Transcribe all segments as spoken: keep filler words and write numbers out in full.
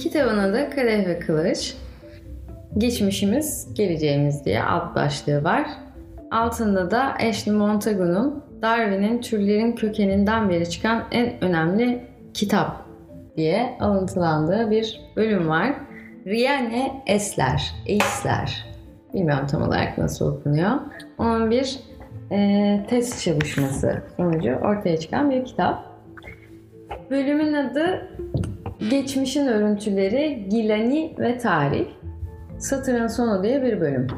Kitabın adı Kadeh ve Kılıç. Geçmişimiz, geleceğimiz diye alt başlığı var. Altında da Ashley Montagu'nun Darwin'in türlerin kökeninden beri çıkan en önemli kitap diye alıntılandığı bir bölüm var. Riane Esler, Eisler, bilmiyorum tam olarak nasıl okunuyor. Onun bir e, test çalışması sonucu ortaya çıkan bir kitap. Bölümün adı Geçmişin Örüntüleri, Gilani ve Tarih. Satırın sonu diye bir bölüm.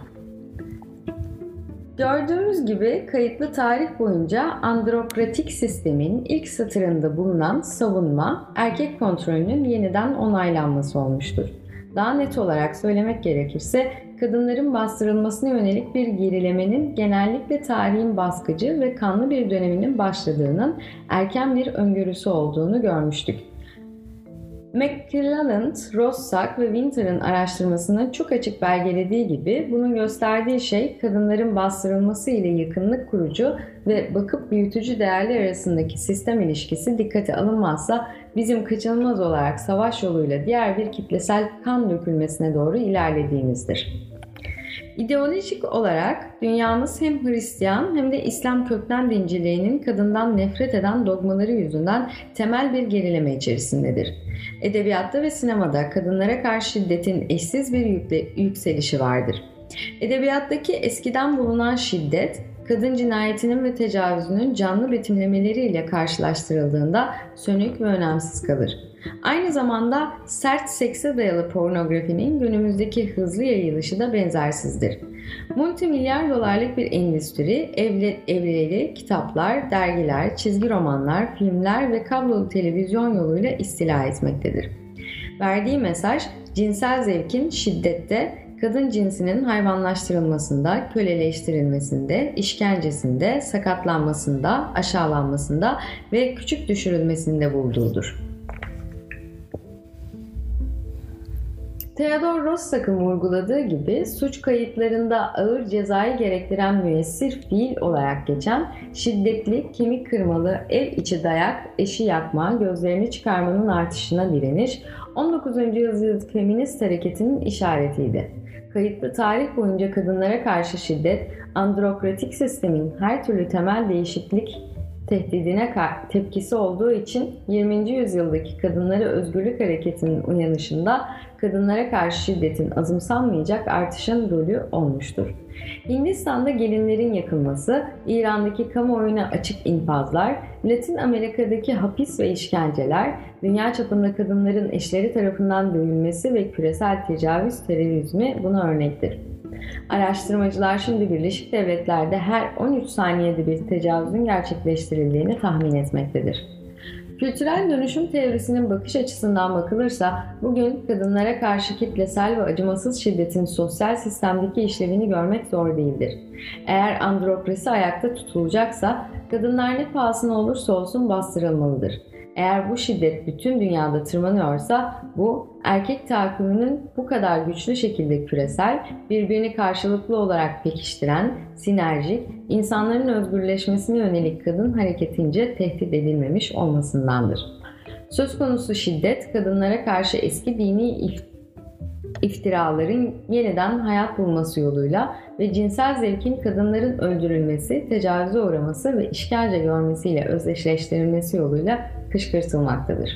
Gördüğümüz gibi kayıtlı tarih boyunca androkratik sistemin ilk satırında bulunan savunma, erkek kontrolünün yeniden onaylanması olmuştur. Daha net olarak söylemek gerekirse, kadınların bastırılmasına yönelik bir gerilemenin genellikle tarihin baskıcı ve kanlı bir döneminin başladığının erken bir öngörüsü olduğunu görmüştük. McClelland, Rossack ve Winter'ın araştırmasını çok açık belgelediği gibi bunun gösterdiği şey kadınların bastırılması ile yakınlık kurucu ve bakıp büyütücü değerler arasındaki sistem ilişkisi dikkate alınmazsa bizim kaçınılmaz olarak savaş yoluyla diğer bir kitlesel kan dökülmesine doğru ilerlediğimizdir. İdeolojik olarak dünyamız hem Hristiyan hem de İslam kökten dinciliğinin kadından nefret eden dogmaları yüzünden temel bir gerileme içerisindedir. Edebiyatta ve sinemada kadınlara karşı şiddetin eşsiz bir yükle, yükselişi vardır. Edebiyattaki eskiden bulunan şiddet, kadın cinayetinin ve tecavüzünün canlı betimlemeleriyle karşılaştırıldığında sönük ve önemsiz kalır. Aynı zamanda sert sekse dayalı pornografinin günümüzdeki hızlı yayılışı da benzersizdir. Multimilyar dolarlık bir endüstri, evli, evreli kitaplar, dergiler, çizgi romanlar, filmler ve kablolu televizyon yoluyla istila etmektedir. Verdiği mesaj, cinsel zevkin şiddette, kadın cinsinin hayvanlaştırılmasında, köleleştirilmesinde, işkencesinde, sakatlanmasında, aşağılanmasında ve küçük düşürülmesinde bulduğudur. Theodore Roosevelt vurguladığı gibi suç kayıtlarında ağır cezayı gerektiren müessir fiil olarak geçen şiddetli, kemik kırmalı, ev içi dayak, eşi yakma, gözlerini çıkarmanın artışına direniş on dokuzuncu yüzyıl feminist hareketinin işaretiydi. Kayıtlı tarih boyunca kadınlara karşı şiddet, androkratik sistemin her türlü temel değişiklik tehdidine tepkisi olduğu için yirminci yüzyıldaki kadınlara özgürlük hareketinin uyanışında kadınlara karşı şiddetin azımsanmayacak artışın rolü olmuştur. Hindistan'da gelinlerin yakılması, İran'daki kamuoyuna açık infazlar, Latin Amerika'daki hapis ve işkenceler, dünya çapında kadınların eşleri tarafından dövülmesi ve küresel tecavüz terörizmi buna örnektir. Araştırmacılar şimdi Birleşik Devletler'de her on üç saniyede bir tecavüzün gerçekleştirildiğini tahmin etmektedir. Kültürel dönüşüm teorisinin bakış açısından bakılırsa bugün kadınlara karşı kitlesel ve acımasız şiddetin sosyal sistemdeki işlevini görmek zor değildir. Eğer androkrasi ayakta tutulacaksa kadınlar ne pahasına olursa olsun bastırılmalıdır. Eğer bu şiddet bütün dünyada tırmanıyorsa bu erkek tahakkümünün bu kadar güçlü şekilde küresel, birbirini karşılıklı olarak pekiştiren, sinerjik, insanların özgürleşmesine yönelik kadın hareketince tehdit edilmemiş olmasındandır. Söz konusu şiddet kadınlara karşı eski dini if- iftiraların yeniden hayat bulması yoluyla ve cinsel zevkin kadınların öldürülmesi, tecavüze uğraması ve işkence görmesiyle özdeşleştirilmesi yoluyla kışkırtılmaktadır.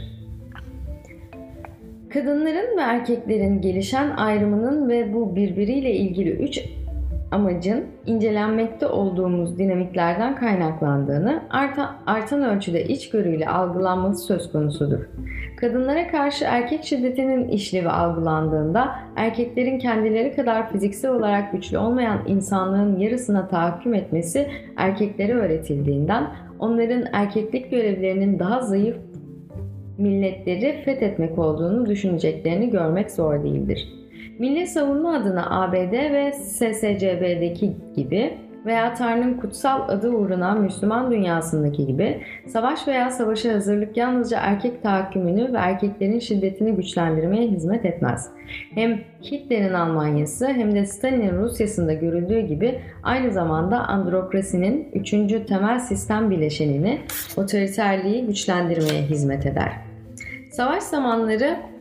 Kadınların ve erkeklerin gelişen ayrımının ve bu birbiriyle ilgili üç amacın incelenmekte olduğumuz dinamiklerden kaynaklandığını, artan, artan ölçüde içgörüyle algılanması söz konusudur. Kadınlara karşı erkek şiddetinin işlevi algılandığında, erkeklerin kendileri kadar fiziksel olarak güçlü olmayan insanlığın yarısına tahakküm etmesi erkeklere öğretildiğinden, onların erkeklik görevlerinin daha zayıf milletleri fethetmek olduğunu düşüneceklerini görmek zor değildir. Milli savunma adına A B D ve S S C B'deki gibi veya Tanrı'nın kutsal adı uğruna Müslüman dünyasındaki gibi savaş veya savaşa hazırlık yalnızca erkek tahakkümünü ve erkeklerin şiddetini güçlendirmeye hizmet etmez. Hem Hitler'in Almanyası hem de Stalin'in Rusyası'nda görüldüğü gibi aynı zamanda androkrasinin üçüncü temel sistem bileşenini, otoriterliği güçlendirmeye hizmet eder. Savaş zamanları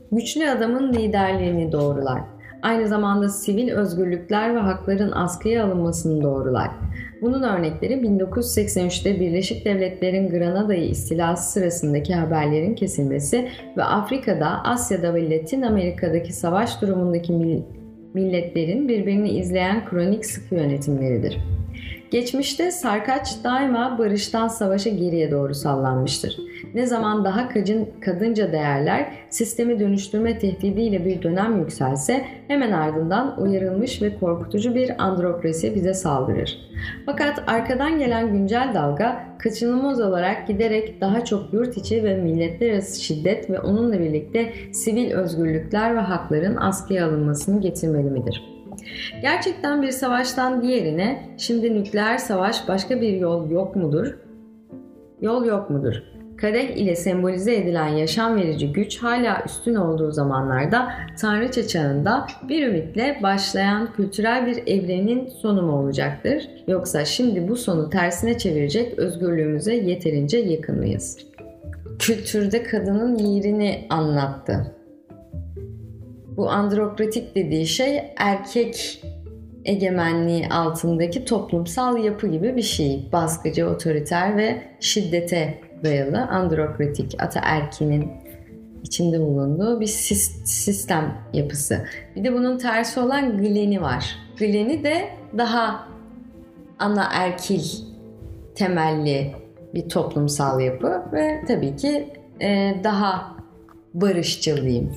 güçlü adamın liderliğini doğrular. Aynı zamanda sivil özgürlükler ve hakların askıya alınmasını doğrular. Bunun örnekleri bin dokuz yüz seksen üçte Birleşik Devletler'in Granada'yı istilası sırasındaki haberlerin kesilmesi ve Afrika'da, Asya'da ve Latin Amerika'daki savaş durumundaki milletlerin birbirini izleyen kronik sıkı yönetimleridir. Geçmişte sarkaç daima barıştan savaşa geriye doğru sallanmıştır. Ne zaman daha kadın, kadınca değerler sistemi dönüştürme tehdidiyle bir dönem yükselse hemen ardından uyarılmış ve korkutucu bir androkrasi bize saldırır. Fakat arkadan gelen güncel dalga kaçınılmaz olarak giderek daha çok yurt içi ve milletler arası şiddet ve onunla birlikte sivil özgürlükler ve hakların askıya alınmasını getirmeli midir? Gerçekten bir savaştan diğerine şimdi nükleer savaş başka bir yol yok mudur? Yol yok mudur? Kadeh ile sembolize edilen yaşam verici güç hala üstün olduğu zamanlarda Tanrıça çağında bir ümitle başlayan kültürel bir evrenin sonu mu olacaktır? Yoksa şimdi bu sonu tersine çevirecek özgürlüğümüze yeterince yakın mıyız? Kültürde kadının yerini anlattı. Bu androkratik dediği şey erkek egemenliği altındaki toplumsal yapı gibi bir şey. Baskıcı, otoriter ve şiddete dayalı androkratik, ataerkinin içinde bulunduğu bir sistem yapısı. Bir de bunun tersi olan Glen'i var. Glen'i de daha anaerkil temelli bir toplumsal yapı ve tabii ki daha barışçıl diyeyim.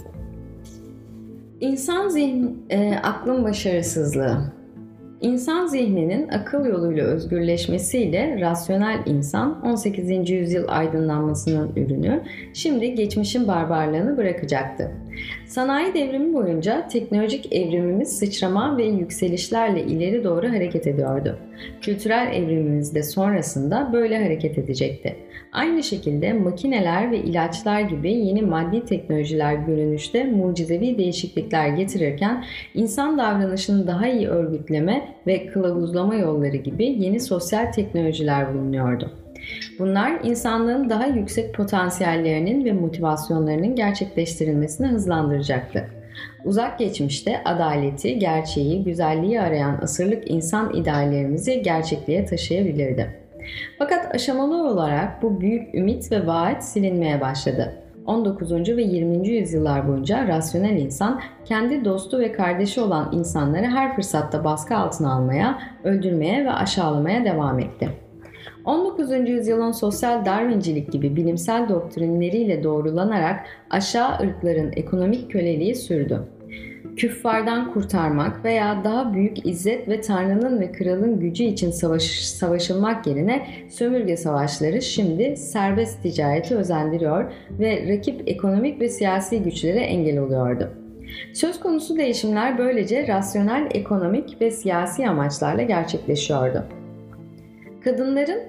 İnsan zihni, e, aklın başarısızlığı. İnsan zihninin akıl yoluyla özgürleşmesiyle rasyonel insan on sekizinci yüzyıl aydınlanmasının ürünü şimdi geçmişin barbarlığını bırakacaktı. Sanayi devrimi boyunca teknolojik evrimimiz sıçrama ve yükselişlerle ileri doğru hareket ediyordu. Kültürel evrimimiz de sonrasında böyle hareket edecekti. Aynı şekilde makineler ve ilaçlar gibi yeni maddi teknolojiler görünüşte mucizevi değişiklikler getirirken insan davranışını daha iyi örgütleme ve kılavuzlama yolları gibi yeni sosyal teknolojiler bulunuyordu. Bunlar insanlığın daha yüksek potansiyellerinin ve motivasyonlarının gerçekleştirilmesini hızlandıracaktı. Uzak geçmişte adaleti, gerçeği, güzelliği arayan asırlık insan ideallerimizi gerçekliğe taşıyabilirdi. Fakat aşamalı olarak bu büyük ümit ve vaat silinmeye başladı. on dokuzuncu ve yirminci yüzyıllar boyunca rasyonel insan kendi dostu ve kardeşi olan insanları her fırsatta baskı altına almaya, öldürmeye ve aşağılamaya devam etti. on dokuzuncu yüzyılın sosyal Darwincilik gibi bilimsel doktrinleriyle doğrulanarak aşağı ırkların ekonomik köleliği sürdü. Küffardan kurtarmak veya daha büyük izzet ve Tanrı'nın ve kralın gücü için savaş, savaşılmak yerine sömürge savaşları şimdi serbest ticareti özendiriyor ve rakip ekonomik ve siyasi güçlere engel oluyordu. Söz konusu değişimler böylece rasyonel, ekonomik ve siyasi amaçlarla gerçekleşiyordu. Kadınların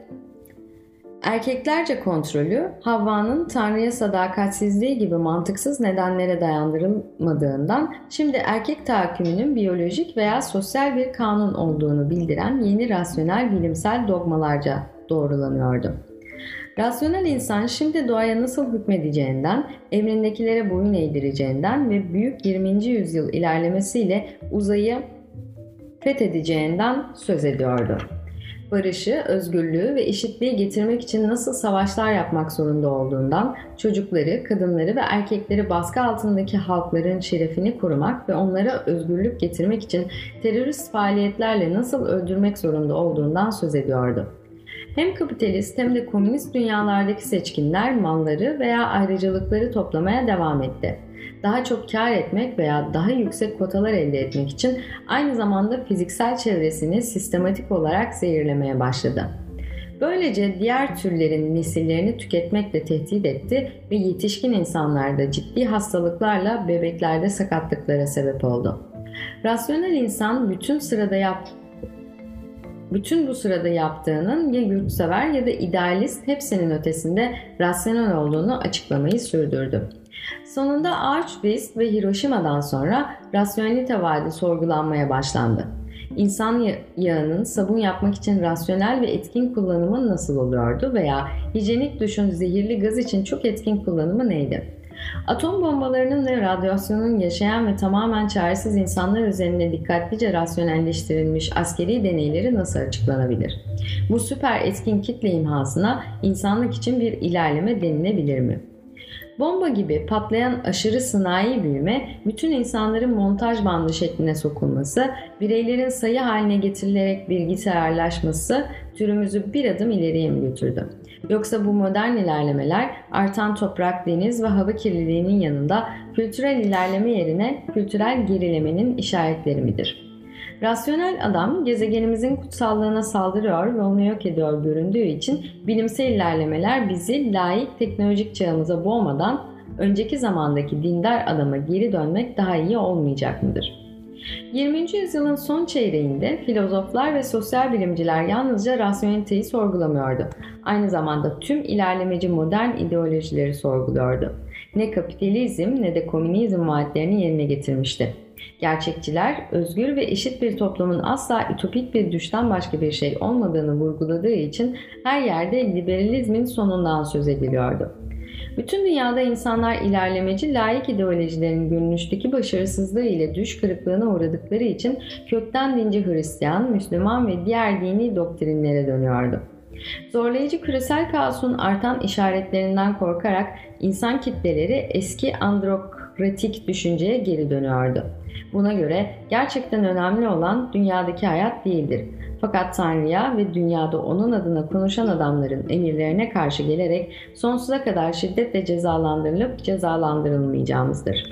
erkeklerce kontrolü, Havva'nın Tanrı'ya sadakatsizliği gibi mantıksız nedenlere dayandırılmadığından şimdi erkek tahakkümünün biyolojik veya sosyal bir kanun olduğunu bildiren yeni rasyonel bilimsel dogmalarca doğrulanıyordu. Rasyonel insan şimdi doğaya nasıl hükmedeceğinden, emrindekilere boyun eğdireceğinden ve büyük yirminci yüzyıl ilerlemesiyle uzayı fethedeceğinden söz ediyordu. Barışı, özgürlüğü ve eşitliği getirmek için nasıl savaşlar yapmak zorunda olduğundan, çocukları, kadınları ve erkekleri baskı altındaki halkların şerefini korumak ve onlara özgürlük getirmek için terörist faaliyetlerle nasıl öldürmek zorunda olduğundan söz ediyordu. Hem kapitalist hem de komünist dünyalardaki seçkinler malları veya ayrıcalıkları toplamaya devam etti. Daha çok kar etmek veya daha yüksek kotalar elde etmek için aynı zamanda fiziksel çevresini sistematik olarak zehirlemeye başladı. Böylece diğer türlerin nesillerini tüketmekle tehdit etti ve yetişkin insanlarda ciddi hastalıklarla bebeklerde sakatlıklara sebep oldu. Rasyonel insan bütün sırada yap Bütün bu sırada yaptığının ya yurtsever ya da idealist hepsinin ötesinde rasyonel olduğunu açıklamayı sürdürdü. Sonunda Auschwitz ve Hiroşima'dan sonra rasyonelite vaadi sorgulanmaya başlandı. İnsan yağının sabun yapmak için rasyonel ve etkin kullanımı nasıl oluyordu veya hijyenik duşun zehirli gaz için çok etkin kullanımı neydi? Atom bombalarının ve radyasyonun yaşayan ve tamamen çaresiz insanlar üzerinde dikkatlice rasyonelleştirilmiş askeri deneyleri nasıl açıklanabilir? Bu süper etkin kitle imhasına insanlık için bir ilerleme denilebilir mi? Bomba gibi patlayan aşırı sanayi büyüme, bütün insanların montaj bandı şekline sokulması, bireylerin sayı haline getirilerek bilgisayarlaşması türümüzü bir adım ileriye mi götürdü? Yoksa bu modern ilerlemeler artan toprak, deniz ve hava kirliliğinin yanında kültürel ilerleme yerine kültürel gerilemenin işaretleri midir? Rasyonel adam gezegenimizin kutsallığına saldırıyor ve onu yok ediyor göründüğü için bilimsel ilerlemeler bizi laik teknolojik çağımıza boğmadan önceki zamandaki dindar adama geri dönmek daha iyi olmayacak mıdır? yirminci yüzyılın son çeyreğinde filozoflar ve sosyal bilimciler yalnızca rasyoneliteyi sorgulamıyordu. Aynı zamanda tüm ilerlemeci modern ideolojileri sorguluyordu. Ne kapitalizm ne de komünizm vaatlerini yerine getirmişti. Gerçekçiler, özgür ve eşit bir toplumun asla ütopik bir düşten başka bir şey olmadığını vurguladığı için her yerde liberalizmin sonundan söz ediliyordu. Bütün dünyada insanlar ilerlemeci laik ideolojilerin görünüşteki başarısızlığı ile düş kırıklığına uğradıkları için kökten dinci Hristiyan, Müslüman ve diğer dini doktrinlere dönüyordu. Zorlayıcı küresel kaosun artan işaretlerinden korkarak insan kitleleri eski androkratik düşünceye geri dönüyordu. Buna göre gerçekten önemli olan dünyadaki hayat değildir. Fakat Tanrı'ya ve dünyada onun adına konuşan adamların emirlerine karşı gelerek sonsuza kadar şiddetle cezalandırılıp cezalandırılmayacağımızdır.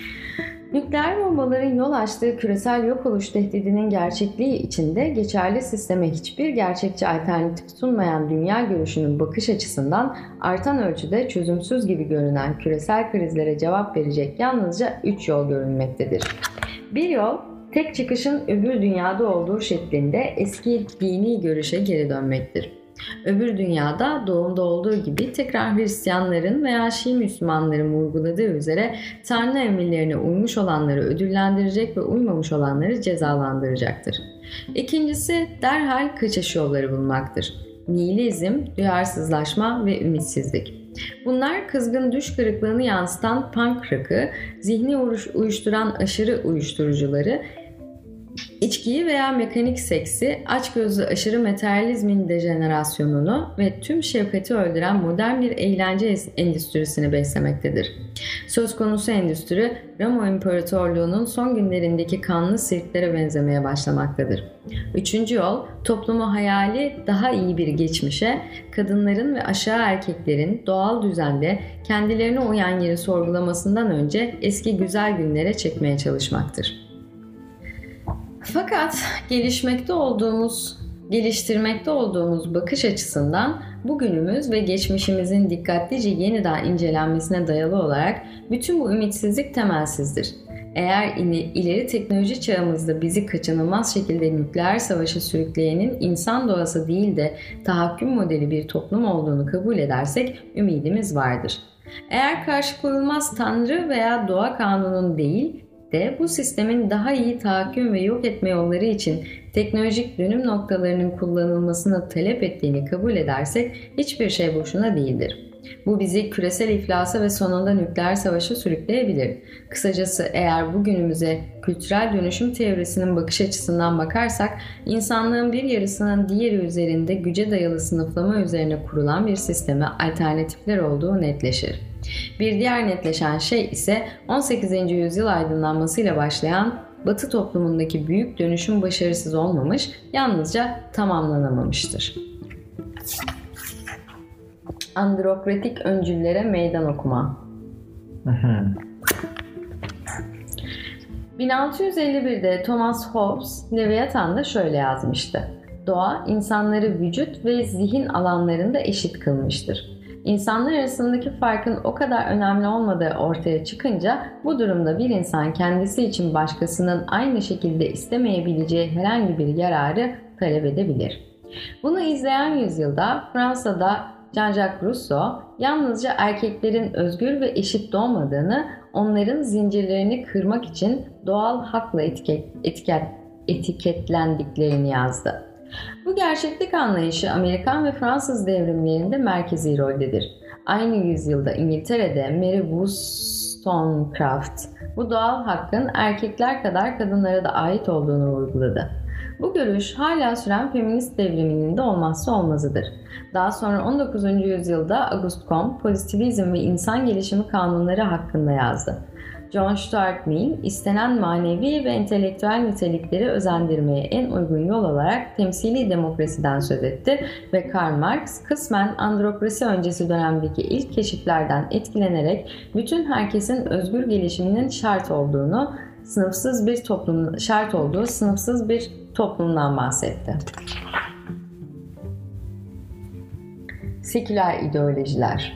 Nükleer bombaların yol açtığı küresel yok oluş tehdidinin gerçekliği içinde geçerli sisteme hiçbir gerçekçi alternatif sunmayan dünya görüşünün bakış açısından artan ölçüde çözümsüz gibi görünen küresel krizlere cevap verecek yalnızca üç yol görünmektedir. Bir yol, tek çıkışın öbür dünyada olduğu şeklinde eski dini görüşe geri dönmektir. Öbür dünyada doğumda olduğu gibi tekrar Hristiyanların veya Şii Müslümanların vurguladığı üzere Tanrı emirlerine uymuş olanları ödüllendirecek ve uymamış olanları cezalandıracaktır. İkincisi derhal kaçış yolları bulmaktır. Nihilizm, duyarsızlaşma ve ümitsizlik. Bunlar kızgın düş kırıklığını yansıtan punk rock'ı, zihni uyuşturan aşırı uyuşturucuları, İçkiyi veya mekanik seksi, açgözlü aşırı materyalizmin dejenerasyonunu ve tüm şefkati öldüren modern bir eğlence endüstrisini beslemektedir. Söz konusu endüstri, Roma İmparatorluğu'nun son günlerindeki kanlı sirklere benzemeye başlamaktadır. Üçüncü yol, toplumu hayali daha iyi bir geçmişe, kadınların ve aşağı erkeklerin doğal düzende kendilerine uyan yeri sorgulamasından önce eski güzel günlere çekmeye çalışmaktır. Fakat gelişmekte olduğumuz, geliştirmekte olduğumuz bakış açısından bugünümüz ve geçmişimizin dikkatlice yeniden incelenmesine dayalı olarak bütün bu ümitsizlik temelsizdir. Eğer ileri teknoloji çağımızda bizi kaçınılmaz şekilde nükleer savaşa sürükleyenin insan doğası değil de tahakküm modeli bir toplum olduğunu kabul edersek ümidimiz vardır. Eğer karşı koyulmaz Tanrı veya doğa kanunun değil de bu sistemin daha iyi tahakküm ve yok etme yolları için teknolojik dönüm noktalarının kullanılmasını talep ettiğini kabul edersek hiçbir şey boşuna değildir. Bu bizi küresel iflasa ve sonunda nükleer savaşa sürükleyebilir. Kısacası eğer bugünümüze kültürel dönüşüm teorisinin bakış açısından bakarsak, insanlığın bir yarısının diğeri üzerinde güce dayalı sınıflama üzerine kurulan bir sisteme alternatifler olduğu netleşir. Bir diğer netleşen şey ise on sekizinci yüzyıl aydınlanmasıyla başlayan Batı toplumundaki büyük dönüşüm başarısız olmamış, yalnızca tamamlanamamıştır. Androkratik öncüllere meydan okuma. bin altı yüz elli birde Thomas Hobbes, Leviathan'da şöyle yazmıştı. Doğa, insanları vücut ve zihin alanlarında eşit kılmıştır. İnsanlar arasındaki farkın o kadar önemli olmadığı ortaya çıkınca bu durumda bir insan kendisi için başkasının aynı şekilde istemeyebileceği herhangi bir yararı talep edebilir. Bunu izleyen yüzyılda Fransa'da Jean-Jacques Rousseau yalnızca erkeklerin özgür ve eşit doğmadığını, onların zincirlerini kırmak için doğal hakla etiket, etiket, etiketlendiklerini yazdı. Bu gerçeklik anlayışı Amerikan ve Fransız devrimlerinde merkezi roldedir. Aynı yüzyılda İngiltere'de Mary Wollstonecraft bu doğal hakkın erkekler kadar kadınlara da ait olduğunu vurguladı. Bu görüş hala süren feminist devriminin de olmazsa olmazıdır. Daha sonra on dokuzuncu yüzyılda Auguste Comte pozitivizm ve insan gelişimi kanunları hakkında yazdı. John Stuart Mill, istenen manevi ve entelektüel nitelikleri özendirmeye en uygun yol olarak temsili demokrasiden söz etti ve Karl Marx kısmen androkrasi öncesi dönemdeki ilk keşiflerden etkilenerek bütün herkesin özgür gelişiminin şart olduğunu, sınıfsız bir toplum şart olduğu sınıfsız bir toplumdan bahsetti. Seküler ideolojiler.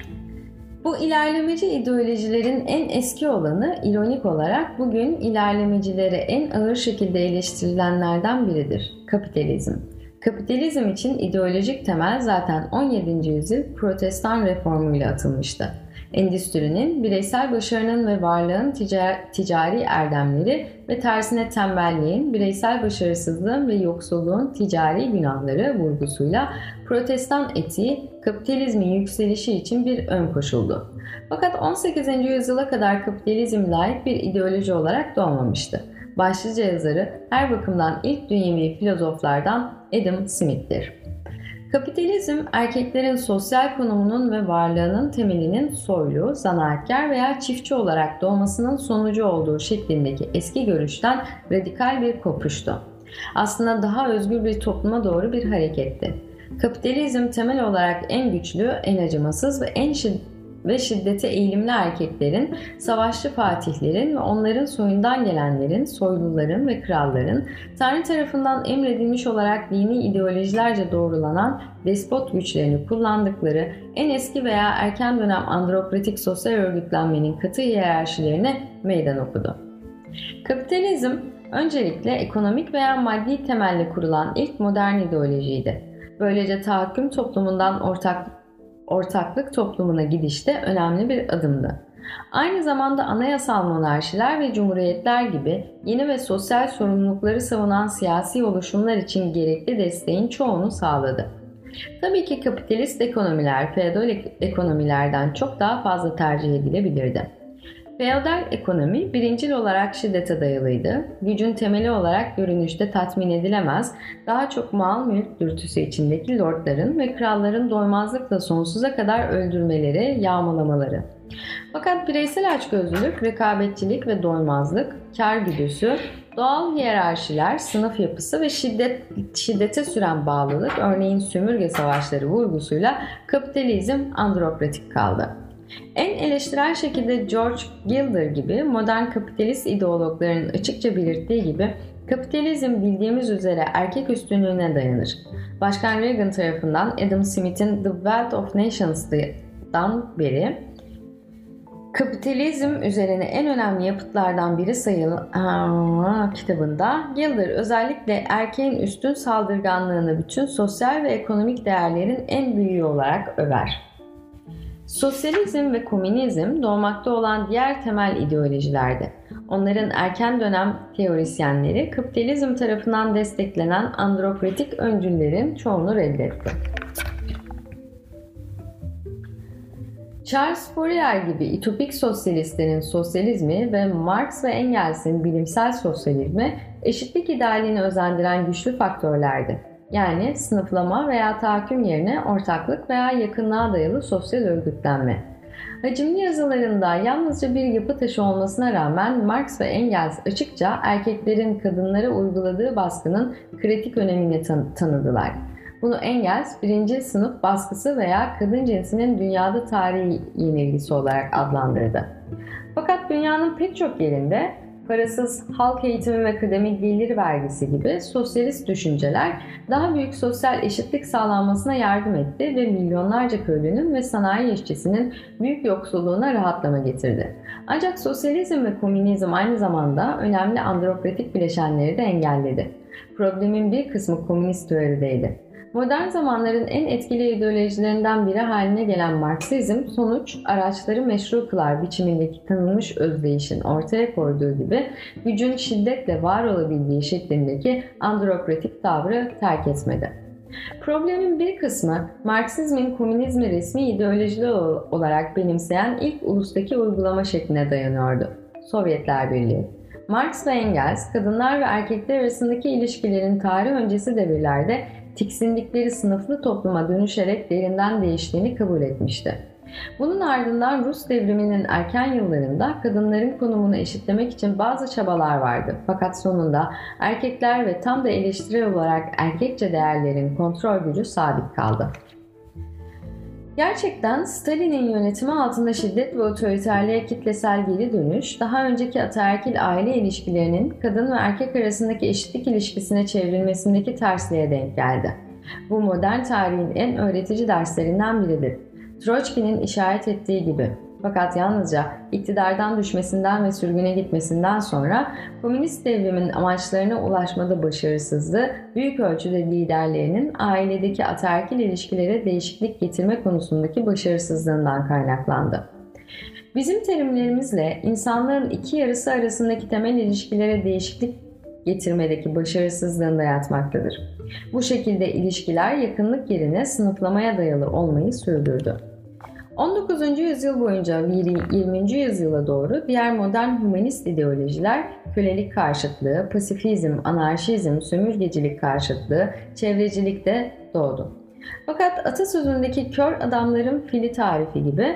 Bu ilerlemeci ideolojilerin en eski olanı ironik olarak bugün ilerlemecileri en ağır şekilde eleştirilenlerden biridir: kapitalizm. Kapitalizm için ideolojik temel zaten on yedinci yüzyıl Protestan reformuyla atılmıştı. Endüstrinin, bireysel başarının ve varlığın ticari, ticari erdemleri ve tersine tembelliğin, bireysel başarısızlığın ve yoksulluğun ticari günahları vurgusuyla Protestan etiği kapitalizmin yükselişi için bir ön koşuldu. Fakat on sekizinci yüzyıla kadar kapitalizm layık bir ideoloji olarak doğmamıştı. Başlıca yazarı her bakımdan ilk dünyevi filozoflardan Adam Smith'tir. Kapitalizm, erkeklerin sosyal konumunun ve varlığının temelinin soylu, zanaatkar veya çiftçi olarak doğmasının sonucu olduğu şeklindeki eski görüşten radikal bir kopuştu. Aslında daha özgür bir topluma doğru bir hareketti. Kapitalizm temel olarak en güçlü, en acımasız ve en şiddetli ve şiddete eğilimli erkeklerin, savaşçı fatihlerin ve onların soyundan gelenlerin, soyluların ve kralların, Tanrı tarafından emredilmiş olarak dini ideolojilerce doğrulanan despot güçlerini kullandıkları en eski veya erken dönem androkratik sosyal örgütlenmenin katı hiyerarşilerine meydan okudu. Kapitalizm, öncelikle ekonomik veya maddi temelle kurulan ilk modern ideolojiydi. Böylece tahakküm toplumundan ortak ortaklık toplumuna gidişte önemli bir adımdı. Aynı zamanda anayasal monarşiler ve cumhuriyetler gibi yeni ve sosyal sorumlulukları savunan siyasi oluşumlar için gerekli desteğin çoğunu sağladı. Tabii ki kapitalist ekonomiler feodal ekonomilerden çok daha fazla tercih edilebilirdi. Feodal ekonomi birincil olarak şiddete dayalıydı. Gücün temeli olarak görünüşte tatmin edilemez, daha çok mal mülk dürtüsü içindeki lordların ve kralların doymazlıkla sonsuza kadar öldürmeleri, yağmalamaları. Fakat bireysel açgözlülük, rekabetçilik ve doymazlık, kar güdüsü, doğal hiyerarşiler, sınıf yapısı ve şiddet, şiddete süren bağlılık, örneğin sömürge savaşları vurgusuyla kapitalizm androkratik kaldı. En eleştirel şekilde George Gilder gibi modern kapitalist ideologların açıkça belirttiği gibi kapitalizm bildiğimiz üzere erkek üstünlüğüne dayanır. Başkan Reagan tarafından Adam Smith'in The Wealth of Nations'dan beri kapitalizm üzerine en önemli yapıtlardan biri sayılan kitabında Gilder özellikle erkeğin üstün saldırganlığını bütün sosyal ve ekonomik değerlerin en büyüğü olarak över. Sosyalizm ve komünizm doğmakta olan diğer temel ideolojilerdi. Onların erken dönem teorisyenleri kapitalizm tarafından desteklenen androkratik öncüllerin çoğunu reddetti. Charles Fourier gibi ütopik sosyalistlerin sosyalizmi ve Marx ve Engels'in bilimsel sosyalizmi eşitlik idealini özendiren güçlü faktörlerdi. Yani sınıflama veya tahakküm yerine ortaklık veya yakınlığa dayalı sosyal örgütlenme. Hacimli yazılarında yalnızca bir yapı taşı olmasına rağmen Marx ve Engels açıkça erkeklerin kadınlara uyguladığı baskının kritik önemini tan- tanıdılar. Bunu Engels, birinci sınıf baskısı veya kadın cinsinin dünyada tarihi yenilgisi olarak adlandırdı. Fakat dünyanın pek çok yerinde parasız halk eğitimi ve kıdemli gelir vergisi gibi sosyalist düşünceler daha büyük sosyal eşitlik sağlanmasına yardım etti ve milyonlarca köylünün ve sanayi işçisinin büyük yoksulluğuna rahatlama getirdi. Ancak sosyalizm ve komünizm aynı zamanda önemli androkratik bileşenleri de engelledi. Problemin bir kısmı komünist teorideydi. Modern zamanların en etkili ideolojilerinden biri haline gelen Marksizm, sonuç araçları meşru kılar biçimindeki tanınmış özdeyişin ortaya koyduğu gibi gücün şiddetle var olabildiği şeklindeki androkratik tavrı terk etmedi. Problemin bir kısmı Marksizmin komünizmi resmi ideoloji olarak benimseyen ilk ulustaki uygulama şekline dayanıyordu. Sovyetler Birliği. Marx ve Engels, kadınlar ve erkekler arasındaki ilişkilerin tarih öncesi devirlerde tiksindikleri sınıflı topluma dönüşerek derinden değiştiğini kabul etmişti. Bunun ardından Rus devriminin erken yıllarında kadınların konumunu eşitlemek için bazı çabalar vardı. Fakat sonunda erkekler ve tam da eleştirel olarak erkekçe değerlerin kontrol gücü sabit kaldı. Gerçekten Stalin'in yönetimi altında şiddet ve otoriterliğe kitlesel geri dönüş, daha önceki ataerkil aile ilişkilerinin kadın ve erkek arasındaki eşitlik ilişkisine çevrilmesindeki tersliğe denk geldi. Bu modern tarihin en öğretici derslerinden biridir. Troçki'nin işaret ettiği gibi. Fakat yalnızca iktidardan düşmesinden ve sürgüne gitmesinden sonra komünist devrimin amaçlarına ulaşmada başarısızlığı büyük ölçüde liderlerinin ailedeki ataerkil ilişkilere değişiklik getirme konusundaki başarısızlığından kaynaklandı. Bizim terimlerimizle insanlığın iki yarısı arasındaki temel ilişkilere değişiklik getirmedeki başarısızlığında yatmaktadır. Bu şekilde ilişkiler yakınlık yerine sınıflamaya dayalı olmayı sürdürdü. on dokuzuncu yüzyıl boyunca yirminci yüzyıla doğru diğer modern humanist ideolojiler kölelik karşıtlığı, pasifizm, anarşizm, sömürgecilik karşıtlığı, çevrecilikte doğdu. Fakat atasözündeki kör adamların fili tarifi gibi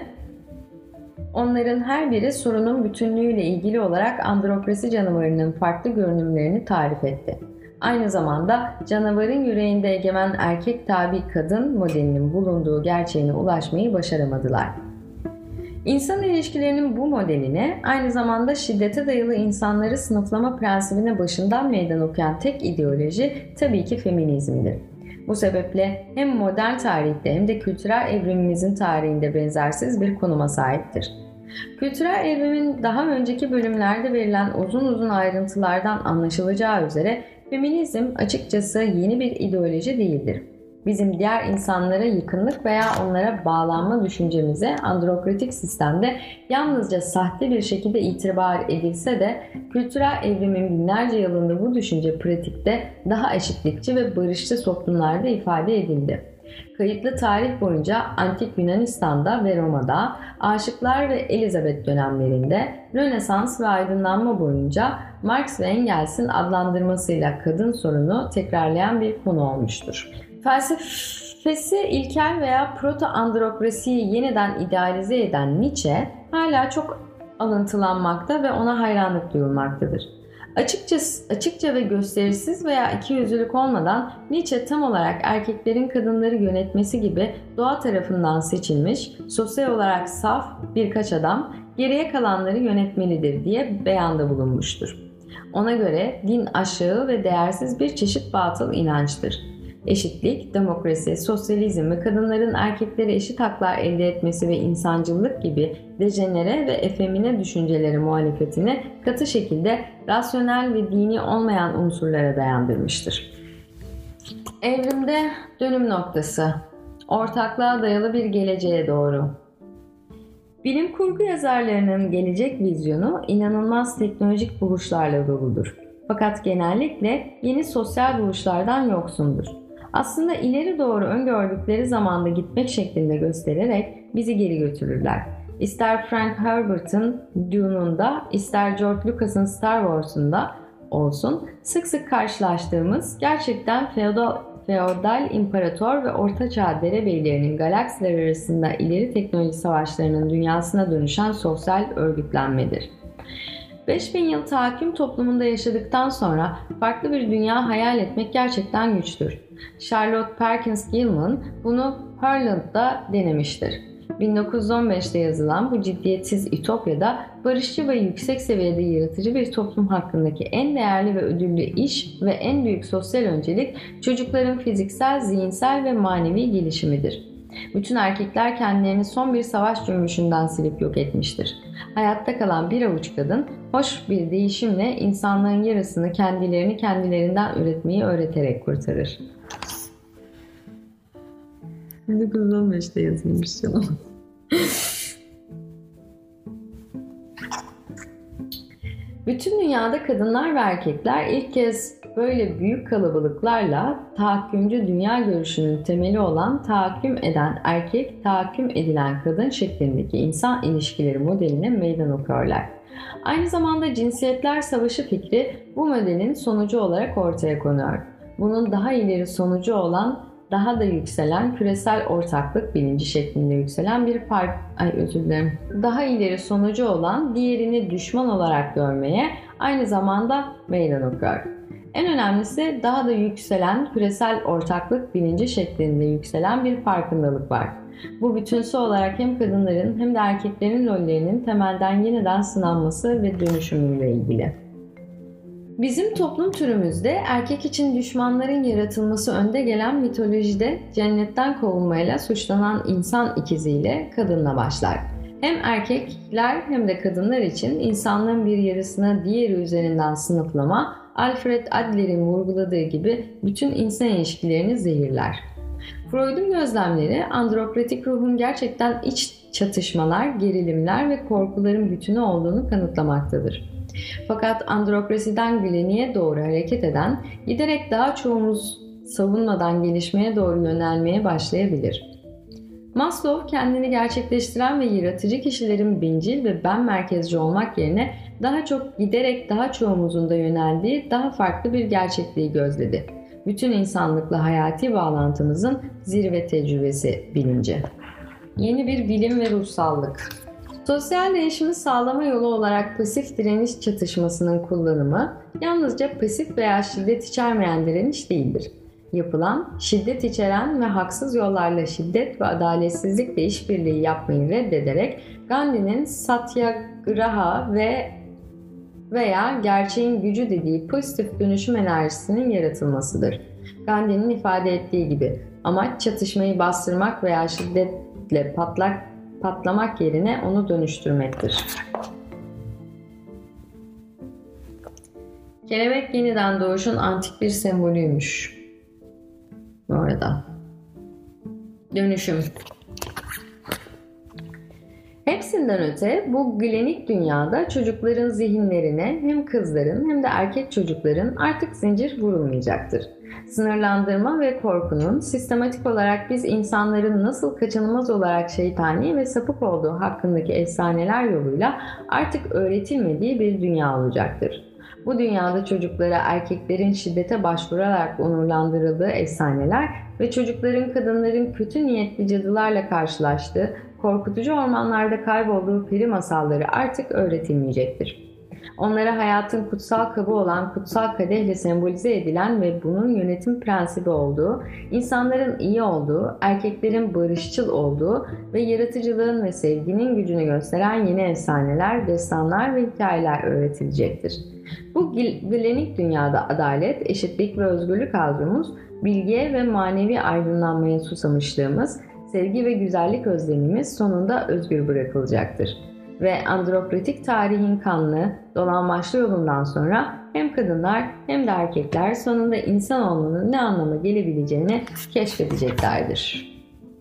onların her biri sorunun bütünlüğüyle ilgili olarak androkrasi canavarının farklı görünümlerini tarif etti. Aynı zamanda canavarın yüreğinde egemen erkek tabi kadın modelinin bulunduğu gerçeğine ulaşmayı başaramadılar. İnsan ilişkilerinin bu modeline, aynı zamanda şiddete dayalı insanları sınıflama prensibine başından meydan okuyan tek ideoloji tabii ki feminizmdir. Bu sebeple hem modern tarihte hem de kültürel evrimimizin tarihinde benzersiz bir konuma sahiptir. Kültürel evrimin daha önceki bölümlerde verilen uzun uzun ayrıntılardan anlaşılacağı üzere feminizm açıkçası yeni bir ideoloji değildir. Bizim diğer insanlara yakınlık veya onlara bağlanma düşüncemize androkratik sistemde yalnızca sahte bir şekilde itibar edilse de kültürel evrimin binlerce yılında bu düşünce pratikte daha eşitlikçi ve barışçı toplumlarda ifade edildi. Kayıtlı tarih boyunca Antik Yunanistan'da ve Roma'da, Aşıklar ve Elizabeth dönemlerinde, Rönesans ve Aydınlanma boyunca Marx ve Engels'in adlandırmasıyla kadın sorunu tekrarlayan bir konu olmuştur. Felsefesi ilkel veya proto-androkrasiyi yeniden idealize eden Nietzsche hala çok alıntılanmakta ve ona hayranlık duyulmaktadır. Açıkça, açıkça ve gösterişsiz veya ikiyüzlülük olmadan Nietzsche tam olarak erkeklerin kadınları yönetmesi gibi doğa tarafından seçilmiş, sosyal olarak saf birkaç adam geriye kalanları yönetmelidir diye beyanda bulunmuştur. Ona göre din aşağı ve değersiz bir çeşit batıl inançtır. Eşitlik, demokrasi, sosyalizm ve kadınların erkeklere eşit haklar elde etmesi ve insancıllık gibi dejenere ve efemine düşünceleri muhalefetini katı şekilde rasyonel ve dini olmayan unsurlara dayandırmıştır. Evrimde dönüm noktası, ortaklığa dayalı bir geleceğe doğru. Bilim kurgu yazarlarının gelecek vizyonu inanılmaz teknolojik buluşlarla doludur. Fakat genellikle yeni sosyal buluşlardan yoksundur. Aslında ileri doğru öngördükleri zamanda gitmek şeklinde göstererek bizi geri götürürler. İster Frank Herbert'ın Dune'unda, ister George Lucas'ın Star Wars'unda olsun, sık sık karşılaştığımız gerçekten feodal, feodal imparator ve ortaçağ derebeylerinin galaksiler arasında ileri teknoloji savaşlarının dünyasına dönüşen sosyal örgütlenmedir. beş bin yıl tahakküm toplumunda yaşadıktan sonra farklı bir dünya hayal etmek gerçekten güçtür. Charlotte Perkins Gilman bunu Harland'da denemiştir. bin dokuz yüz on beşte yazılan bu ciddiyetsiz ütopyada barışçı ve yüksek seviyede yaratıcı bir toplum hakkındaki en değerli ve ödüllü iş ve en büyük sosyal öncelik çocukların fiziksel, zihinsel ve manevi gelişimidir. Bütün erkekler kendilerini son bir savaş cümbüşünden silip yok etmiştir. Hayatta kalan bir avuç kadın hoş bir değişimle insanlığın yarısını kendilerini kendilerinden üretmeyi öğreterek kurtarır. bin dokuz yüz on beşte yazılmış canım. Bütün dünyada kadınlar ve erkekler ilk kez böyle büyük kalabalıklarla tahakkümcü dünya görüşünün temeli olan tahakküm eden erkek, tahakküm edilen kadın şeklindeki insan ilişkileri modeline meydan okuyorlar. Aynı zamanda cinsiyetler savaşı fikri bu modelin sonucu olarak ortaya konuyor. Bunun daha ileri sonucu olan, daha da yükselen küresel ortaklık bilinci şeklinde yükselen bir fark, ay özür dilerim, daha ileri sonucu olan diğerini düşman olarak görmeye aynı zamanda meydan okuyor. En önemlisi daha da yükselen küresel ortaklık bilinci şeklinde yükselen bir farkındalık var. Bu bütünsel olarak hem kadınların hem de erkeklerin rollerinin temelden yeniden sınanması ve dönüşümüyle ilgili. Bizim toplum türümüzde erkek için düşmanların yaratılması önde gelen mitolojide cennetten kovulmayla suçlanan insan ikiziyle kadınla başlar. Hem erkekler hem de kadınlar için insanlığın bir yarısını diğeri üzerinden sınıflama, Alfred Adler'in vurguladığı gibi bütün insan ilişkilerini zehirler. Freud'un gözlemleri androkratik ruhun gerçekten iç çatışmalar, gerilimler ve korkuların bütünü olduğunu kanıtlamaktadır. Fakat androkrasiden gleniğe doğru hareket eden, giderek daha çoğumuz savunmadan gelişmeye doğru yönelmeye başlayabilir. Maslow, kendini gerçekleştiren ve yaratıcı kişilerin bencil ve ben merkezci olmak yerine daha çok giderek daha çoğumuzun da yöneldiği daha farklı bir gerçekliği gözledi. Bütün insanlıkla hayati bağlantımızın zirve tecrübesi bilinci. Yeni bir bilim ve ruhsallık. Sosyal değişimi sağlama yolu olarak pasif direniş çatışmasının kullanımı yalnızca pasif veya şiddet içermeyen direniş değildir. Yapılan, şiddet içeren ve haksız yollarla şiddet ve adaletsizlikle işbirliği yapmayı reddederek Gandhi'nin Satyagraha ve veya gerçeğin gücü dediği pozitif dönüşüm enerjisinin yaratılmasıdır. Gandhi'nin ifade ettiği gibi amaç çatışmayı bastırmak veya şiddetle patlak patlamak yerine onu dönüştürmektir. Kelebek yeniden doğuşun antik bir sembolüymüş. Bu arada. Dönüşüm. Hepsinden öte bu glenik dünyada çocukların zihinlerine hem kızların hem de erkek çocukların artık zincir vurulmayacaktır. Sınırlandırma ve korkunun sistematik olarak biz insanların nasıl kaçınılmaz olarak şeytani ve sapık olduğu hakkındaki efsaneler yoluyla artık öğretilmediği bir dünya olacaktır. Bu dünyada çocuklara erkeklerin şiddete başvurarak onurlandırıldığı efsaneler ve çocukların kadınların kötü niyetli cadılarla karşılaştığı, korkutucu ormanlarda kaybolduğu peri masalları artık öğretilmeyecektir. Onlara hayatın kutsal kabı olan kutsal kadehle sembolize edilen ve bunun yönetim prensibi olduğu, insanların iyi olduğu, erkeklerin barışçıl olduğu ve yaratıcılığın ve sevginin gücünü gösteren yeni efsaneler, destanlar ve hikayeler öğretilecektir. Bu glenik dünyada adalet, eşitlik ve özgürlük arzumuz, bilgiye ve manevi aydınlanmaya susamışlığımız, sevgi ve güzellik özlemimiz sonunda özgür bırakılacaktır. Ve androkratik tarihin kanlı, dolambaçlı yolundan sonra hem kadınlar hem de erkekler sonunda insan olmanın ne anlama gelebileceğini keşfedeceklerdir.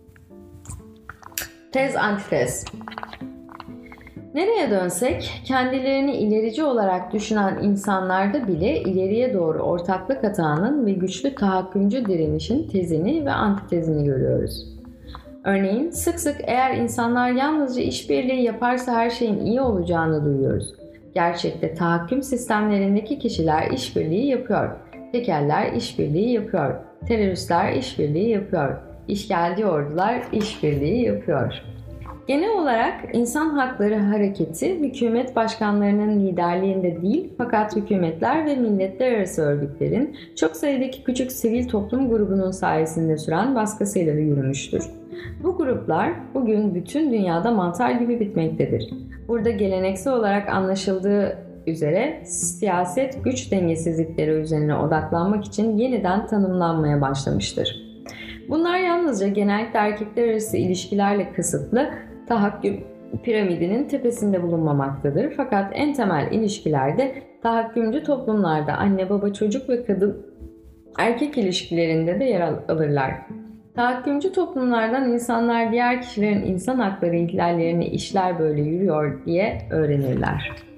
Tez antitez. Nereye dönsek, kendilerini ilerici olarak düşünen insanlarda bile ileriye doğru ortaklık atağının ve güçlü tahakkümcü direnişin tezini ve antitezini görüyoruz. Örneğin sık sık eğer insanlar yalnızca işbirliği yaparsa her şeyin iyi olacağını duyuyoruz. Gerçekte tahakküm sistemlerindeki kişiler işbirliği yapıyor. Tekeller işbirliği yapıyor. Teröristler işbirliği yapıyor. İşgalci ordular işbirliği yapıyor. Genel olarak insan hakları hareketi hükümet başkanlarının liderliğinde değil fakat hükümetler ve milletler arası örgütlerin çok sayıdaki küçük sivil toplum grubunun sayesinde süren baskısıyla yürümüştür. Bu gruplar bugün bütün dünyada mantar gibi bitmektedir. Burada geleneksel olarak anlaşıldığı üzere siyaset güç dengesizlikleri üzerine odaklanmak için yeniden tanımlanmaya başlamıştır. Bunlar yalnızca genellikle erkekler arası ilişkilerle kısıtlı tahakküm piramidinin tepesinde bulunmamaktadır. Fakat en temel ilişkilerde tahakkümcü toplumlarda anne baba çocuk ve kadın erkek ilişkilerinde de yer alırlar. Tahakkümcü toplumlardan insanlar diğer kişilerin insan hakları ihlallerini işler böyle yürüyor diye öğrenirler.